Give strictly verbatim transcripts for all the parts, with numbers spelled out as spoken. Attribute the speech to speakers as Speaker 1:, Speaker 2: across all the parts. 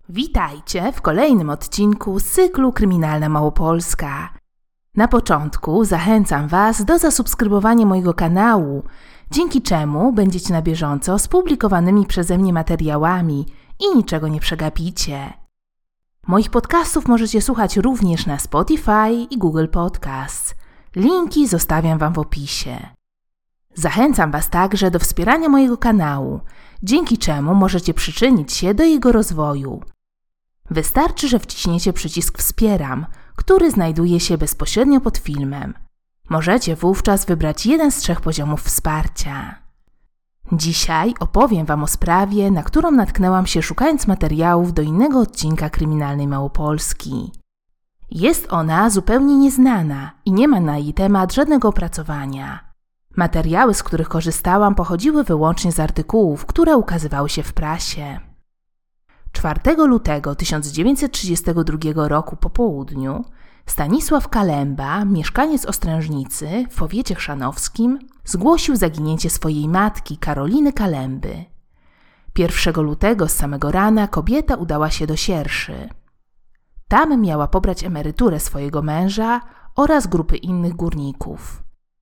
Speaker 1: Witajcie w kolejnym odcinku z cyklu Kryminalna Małopolska. Na początku zachęcam Was do zasubskrybowania mojego kanału, dzięki czemu będziecie na bieżąco z publikowanymi przeze mnie materiałami i niczego nie przegapicie. Moich podcastów możecie słuchać również na Spotify i Google Podcasts. Linki zostawiam Wam w opisie. Zachęcam Was także do wspierania mojego kanału, dzięki czemu możecie przyczynić się do jego rozwoju. Wystarczy, że wciśniecie przycisk Wspieram, który znajduje się bezpośrednio pod filmem. Możecie wówczas wybrać jeden z trzech poziomów wsparcia. Dzisiaj opowiem Wam o sprawie, na którą natknęłam się szukając materiałów do innego odcinka Kryminalnej Małopolski. Jest ona zupełnie nieznana i nie ma na jej temat żadnego opracowania. Materiały, z których korzystałam, pochodziły wyłącznie z artykułów, które ukazywały się w prasie. czwartego lutego tysiąc dziewięćset trzydziestego drugiego roku po południu Stanisław Kalemba, mieszkaniec Ostrężnicy w powiecie chrzanowskim, zgłosił zaginięcie swojej matki Karoliny Kalemby. pierwszego lutego z samego rana kobieta udała się do Sierszy. Tam miała pobrać emeryturę swojego męża oraz grupy innych górników.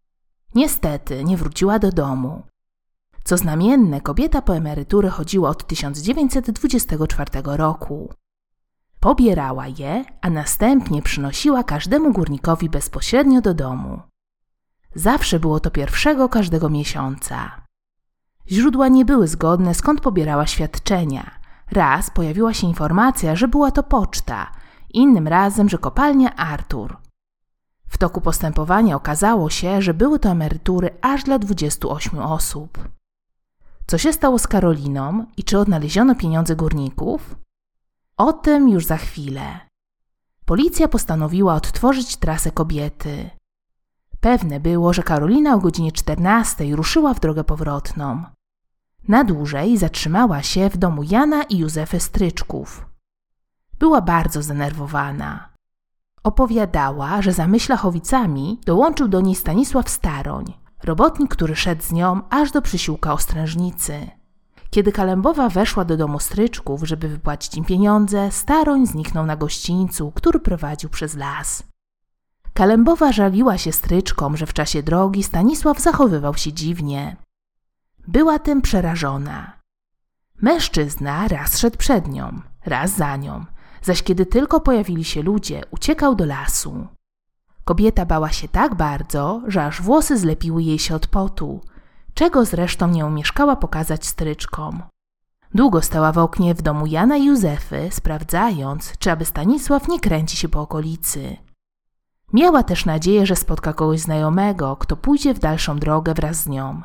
Speaker 1: Niestety nie wróciła do domu. Co znamienne, kobieta po emeryturę chodziła od tysiąc dziewięćset dwudziestego czwartego roku. Pobierała je, a następnie przynosiła każdemu górnikowi bezpośrednio do domu. Zawsze było to pierwszego każdego miesiąca. Źródła nie były zgodne, skąd pobierała świadczenia. Raz pojawiła się informacja, że była to poczta, innym razem, że kopalnia Artur. W toku postępowania okazało się, że były to emerytury aż dla dwudziestu ośmiu osób. Co się stało z Karoliną i czy odnaleziono pieniądze górników? O tym już za chwilę. Policja postanowiła odtworzyć trasę kobiety. Pewne było, że Karolina o godzinie czternastej ruszyła w drogę powrotną. Na dłużej zatrzymała się w domu Jana i Józefy Stryczków. Była bardzo zdenerwowana. Opowiadała, że za Myślachowicami dołączył do niej Stanisław Staroń, robotnik, który szedł z nią aż do przysiłka Ostrężnicy. Kiedy Kalembowa weszła do domu Stryczków, żeby wypłacić im pieniądze, Staroń zniknął na gościńcu, który prowadził przez las. Kalembowa żaliła się Stryczkom, że w czasie drogi Stanisław zachowywał się dziwnie. Była tym przerażona. Mężczyzna raz szedł przed nią, raz za nią, zaś kiedy tylko pojawili się ludzie, uciekał do lasu. Kobieta bała się tak bardzo, że aż włosy zlepiły jej się od potu, czego zresztą nie umieszkała pokazać Stryczkom. Długo stała w oknie w domu Jana i Józefy, sprawdzając, czy aby Stanisław nie kręci się po okolicy. Miała też nadzieję, że spotka kogoś znajomego, kto pójdzie w dalszą drogę wraz z nią.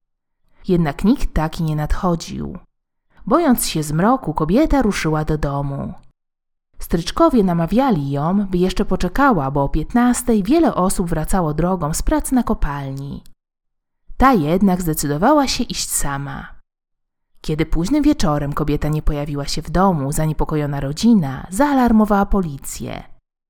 Speaker 1: Jednak nikt taki nie nadchodził. Bojąc się zmroku, kobieta ruszyła do domu. Stryczkowie namawiali ją, by jeszcze poczekała, bo o piętnastej wiele osób wracało drogą z pracy na kopalni. Ta jednak zdecydowała się iść sama. Kiedy późnym wieczorem kobieta nie pojawiła się w domu, zaniepokojona rodzina zaalarmowała policję.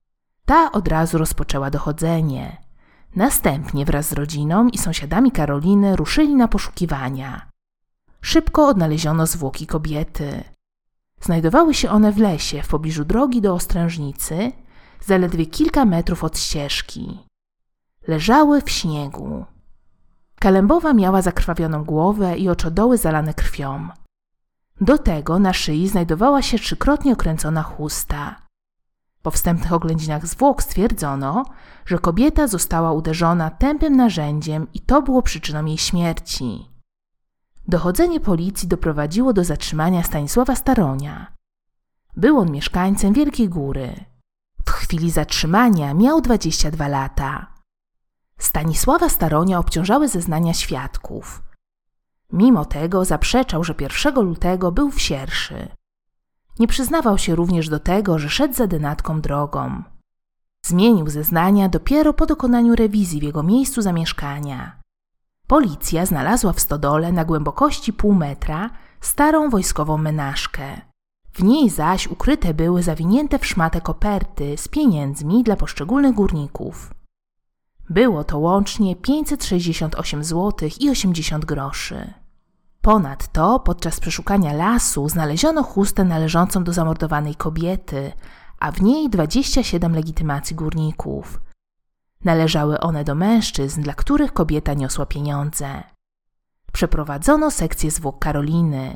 Speaker 1: Ta od razu rozpoczęła dochodzenie. Następnie wraz z rodziną i sąsiadami Karoliny ruszyli na poszukiwania. Szybko odnaleziono zwłoki kobiety. Znajdowały się one w lesie w pobliżu drogi do Ostrężnicy, zaledwie kilka metrów od ścieżki. Leżały w śniegu. Kalembowa miała zakrwawioną głowę i oczodoły zalane krwią. Do tego na szyi znajdowała się trzykrotnie okręcona chusta. Po wstępnych oględzinach zwłok stwierdzono, że kobieta została uderzona tępym narzędziem i to było przyczyną jej śmierci. Dochodzenie policji doprowadziło do zatrzymania Stanisława Staronia. Był on mieszkańcem Wielkiej Góry. W chwili zatrzymania miał dwadzieścia dwa lata. Stanisława Staronia obciążały zeznania świadków. Mimo tego zaprzeczał, że pierwszego lutego był w Sierszy. Nie przyznawał się również do tego, że szedł za denatką drogą. Zmienił zeznania dopiero po dokonaniu rewizji w jego miejscu zamieszkania. Policja znalazła w stodole na głębokości pół metra starą wojskową menażkę. W niej zaś ukryte były zawinięte w szmatę koperty z pieniędzmi dla poszczególnych górników. Było to łącznie pięćset sześćdziesiąt osiem złotych i osiemdziesiąt groszy. Ponadto podczas przeszukania lasu znaleziono chustę należącą do zamordowanej kobiety, a w niej dwadzieścia siedem legitymacji górników. Należały one do mężczyzn, dla których kobieta niosła pieniądze. Przeprowadzono sekcję zwłok Karoliny.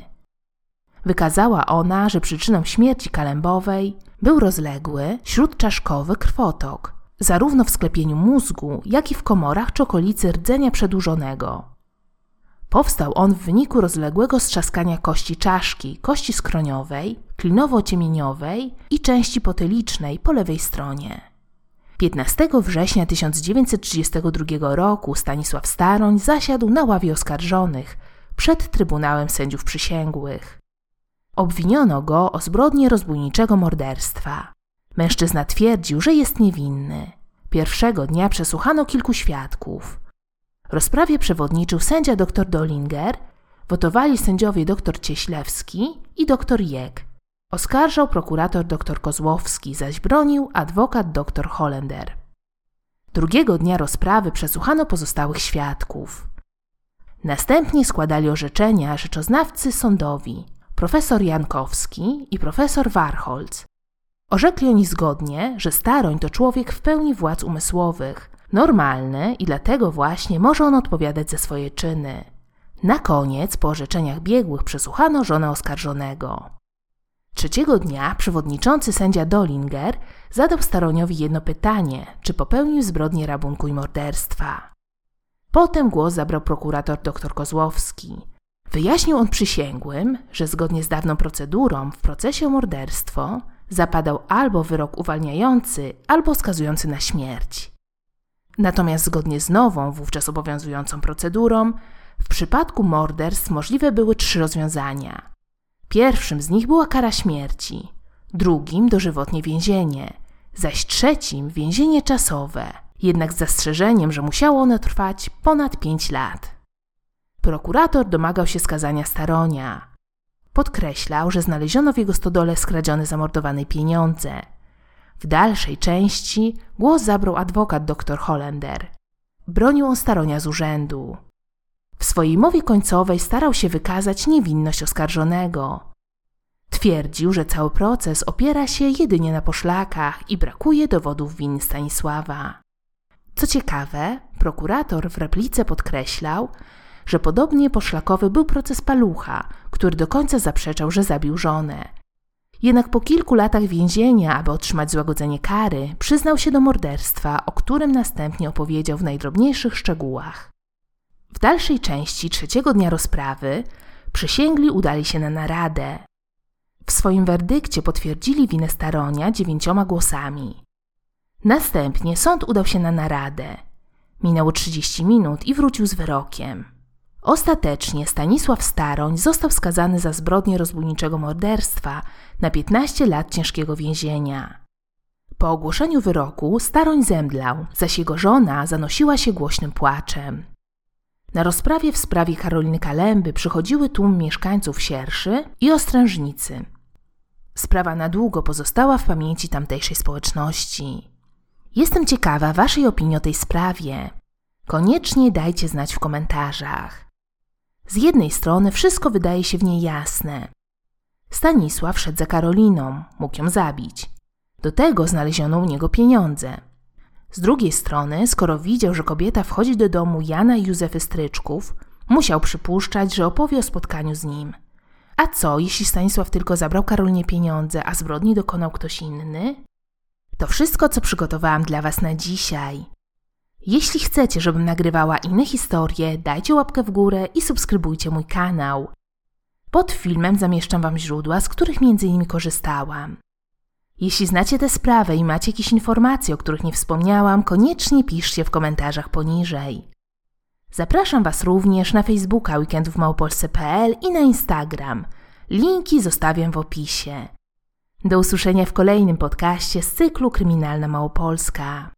Speaker 1: Wykazała ona, że przyczyną śmierci Kalembowej był rozległy, śródczaszkowy krwotok, zarówno w sklepieniu mózgu, jak i w komorach czy okolicy rdzenia przedłużonego. Powstał on w wyniku rozległego strzaskania kości czaszki, kości skroniowej, klinowo-ciemieniowej i części potylicznej po lewej stronie. piętnastego września tysiąc dziewięćset trzydziestego drugiego roku Stanisław Staroń zasiadł na ławie oskarżonych przed Trybunałem Sędziów Przysięgłych. Obwiniono go o zbrodnię rozbójniczego morderstwa. Mężczyzna twierdził, że jest niewinny. Pierwszego dnia przesłuchano kilku świadków. Rozprawie przewodniczył sędzia dr Dollinger, wotowali sędziowie dr Cieślewski i dr Jek. Oskarżał prokurator dr Kozłowski, zaś bronił adwokat dr Hollender. Drugiego dnia rozprawy przesłuchano pozostałych świadków. Następnie składali orzeczenia rzeczoznawcy sądowi, profesor Jankowski i profesor Warholz. Orzekli oni zgodnie, że Staroń to człowiek w pełni władz umysłowych, normalny i dlatego właśnie może on odpowiadać za swoje czyny. Na koniec, po orzeczeniach biegłych, przesłuchano żonę oskarżonego. Trzeciego dnia przewodniczący sędzia Dollinger zadał Staroniowi jedno pytanie, czy popełnił zbrodnię rabunku i morderstwa. Potem głos zabrał prokurator dr Kozłowski. Wyjaśnił on przysięgłym, że zgodnie z dawną procedurą w procesie o morderstwo zapadał albo wyrok uwalniający, albo skazujący na śmierć. Natomiast zgodnie z nową, wówczas obowiązującą procedurą, w przypadku morderstw możliwe były trzy rozwiązania. Pierwszym z nich była kara śmierci, drugim dożywotnie więzienie, zaś trzecim więzienie czasowe, jednak z zastrzeżeniem, że musiało ono trwać ponad pięć lat. Prokurator domagał się skazania Staronia. Podkreślał, że znaleziono w jego stodole skradzione zamordowane pieniądze. W dalszej części głos zabrał adwokat dr Hollender. Bronił on Staronia z urzędu. W swojej mowie końcowej starał się wykazać niewinność oskarżonego. Twierdził, że cały proces opiera się jedynie na poszlakach i brakuje dowodów winy Stanisława. Co ciekawe, prokurator w replice podkreślał, że podobnie poszlakowy był proces Palucha, który do końca zaprzeczał, że zabił żonę. Jednak po kilku latach więzienia, aby otrzymać złagodzenie kary, przyznał się do morderstwa, o którym następnie opowiedział w najdrobniejszych szczegółach. W dalszej części trzeciego dnia rozprawy przysięgli udali się na naradę. W swoim werdykcie potwierdzili winę Staronia dziewięcioma głosami. Następnie sąd udał się na naradę. Minęło trzydzieści minut i wrócił z wyrokiem. Ostatecznie Stanisław Staroń został skazany za zbrodnię rozbójniczego morderstwa na piętnaście lat ciężkiego więzienia. Po ogłoszeniu wyroku Staroń zemdlał, zaś jego żona zanosiła się głośnym płaczem. Na rozprawie w sprawie Karoliny Kalemby przychodziły tłum mieszkańców Sierszy i Ostrężnicy. Sprawa na długo pozostała w pamięci tamtejszej społeczności. Jestem ciekawa waszej opinii o tej sprawie. Koniecznie dajcie znać w komentarzach. Z jednej strony wszystko wydaje się w niej jasne. Stanisław szedł za Karoliną, mógł ją zabić. Do tego znaleziono u niego pieniądze. Z drugiej strony, skoro widział, że kobieta wchodzi do domu Jana i Józefy Stryczków, musiał przypuszczać, że opowie o spotkaniu z nim. A co, jeśli Stanisław tylko zabrał Karolinie pieniądze, a zbrodni dokonał ktoś inny? To wszystko, co przygotowałam dla was na dzisiaj. Jeśli chcecie, żebym nagrywała inne historie, dajcie łapkę w górę i subskrybujcie mój kanał. Pod filmem zamieszczam wam źródła, z których między innymi korzystałam. Jeśli znacie tę sprawę i macie jakieś informacje, o których nie wspomniałam, koniecznie piszcie w komentarzach poniżej. Zapraszam was również na Facebooka weekendów w małopolsce kropka p l i na Instagram. Linki zostawiam w opisie. Do usłyszenia w kolejnym podcaście z cyklu Kryminalna Małopolska.